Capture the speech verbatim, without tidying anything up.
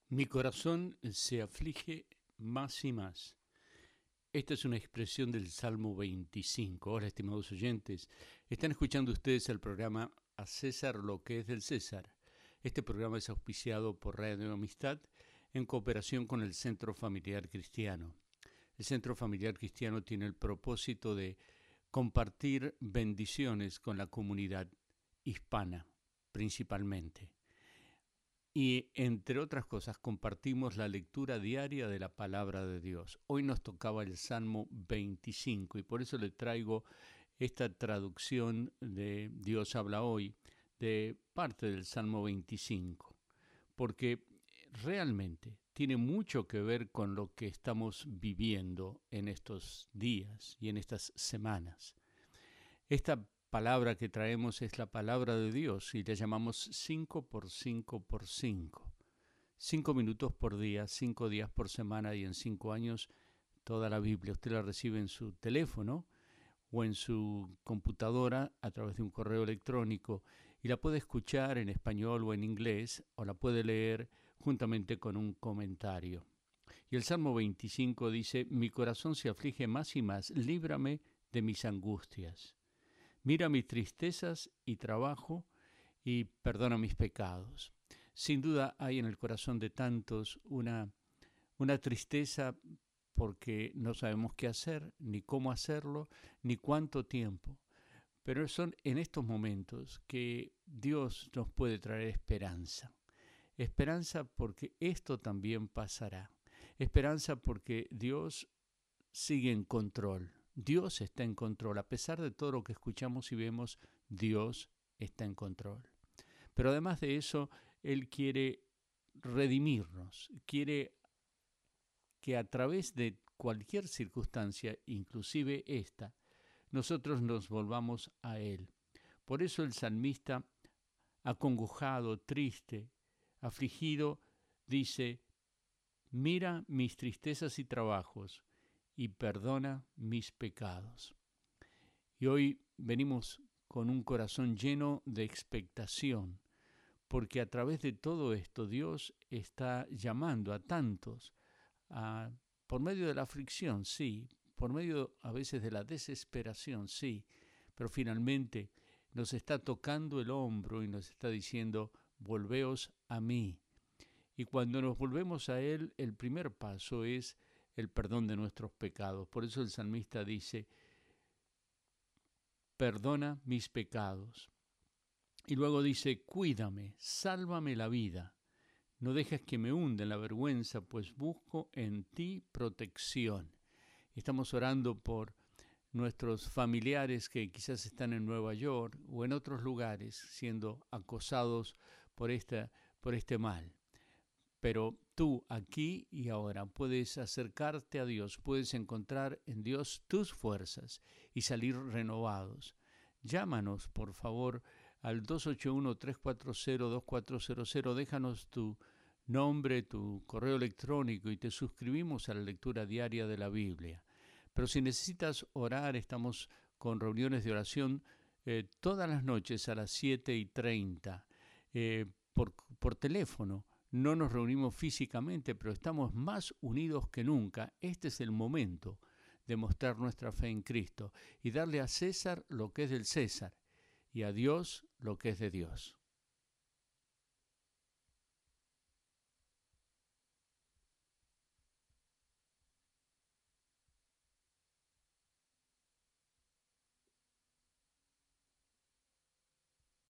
Mi corazón se aflige más y más. Esta es una expresión del Salmo veinticinco. Hola, estimados oyentes. Están escuchando ustedes el programa A César lo que es del César. Este programa es auspiciado por Radio Amistad en cooperación con el Centro Familiar Cristiano. El Centro Familiar Cristiano tiene el propósito de compartir bendiciones con la comunidad hispana, principalmente. Y entre otras cosas compartimos la lectura diaria de la palabra de Dios. Hoy nos tocaba el Salmo veinticinco y por eso le traigo esta traducción de Dios habla hoy de parte del Salmo veinticinco, porque realmente tiene mucho que ver con lo que estamos viviendo en estos días y en estas semanas. Esta palabra que traemos es la palabra de Dios y la llamamos cinco por cinco por cinco. Cinco minutos por día, cinco días por semana y en cinco años toda la Biblia. Usted la recibe en su teléfono o en su computadora a través de un correo electrónico y la puede escuchar en español o en inglés o la puede leer juntamente con un comentario. Y el Salmo veinticinco dice: mi corazón se aflige más y más, líbrame de mis angustias. Mira mis tristezas y trabajo y perdona mis pecados. Sin duda hay en el corazón de tantos una, una tristeza porque no sabemos qué hacer, ni cómo hacerlo, ni cuánto tiempo. Pero son en estos momentos que Dios nos puede traer esperanza. Esperanza porque esto también pasará. Esperanza porque Dios sigue en control. Dios está en control. A pesar de todo lo que escuchamos y vemos, Dios está en control. Pero además de eso, Él quiere redimirnos, quiere que a través de cualquier circunstancia, inclusive esta, nosotros nos volvamos a Él. Por eso el salmista, acongojado, triste, afligido, dice: mira mis tristezas y trabajos y perdona mis pecados. Y hoy venimos con un corazón lleno de expectación, porque a través de todo esto Dios está llamando a tantos, a, por medio de la aflicción, sí, por medio a veces de la desesperación, sí, pero finalmente nos está tocando el hombro y nos está diciendo: volveos a mí. Y cuando nos volvemos a Él, el primer paso es el perdón de nuestros pecados. Por eso el salmista dice: perdona mis pecados. Y luego dice: cuídame, sálvame la vida. No dejes que me hunda en la vergüenza, pues busco en ti protección. Estamos orando por nuestros familiares que quizás están en Nueva York o en otros lugares siendo acosados por, esta, por este mal. Pero tú, aquí y ahora, puedes acercarte a Dios, puedes encontrar en Dios tus fuerzas y salir renovados. Llámanos, por favor, al dos ocho uno, tres cuatro cero, dos cuatro cero cero. Déjanos tu nombre, tu correo electrónico y te suscribimos a la lectura diaria de la Biblia. Pero si necesitas orar, estamos con reuniones de oración eh, todas las noches a las siete y treinta eh, por, por teléfono. No nos reunimos físicamente, pero estamos más unidos que nunca. Este es el momento de mostrar nuestra fe en Cristo y darle a César lo que es del César y a Dios lo que es de Dios.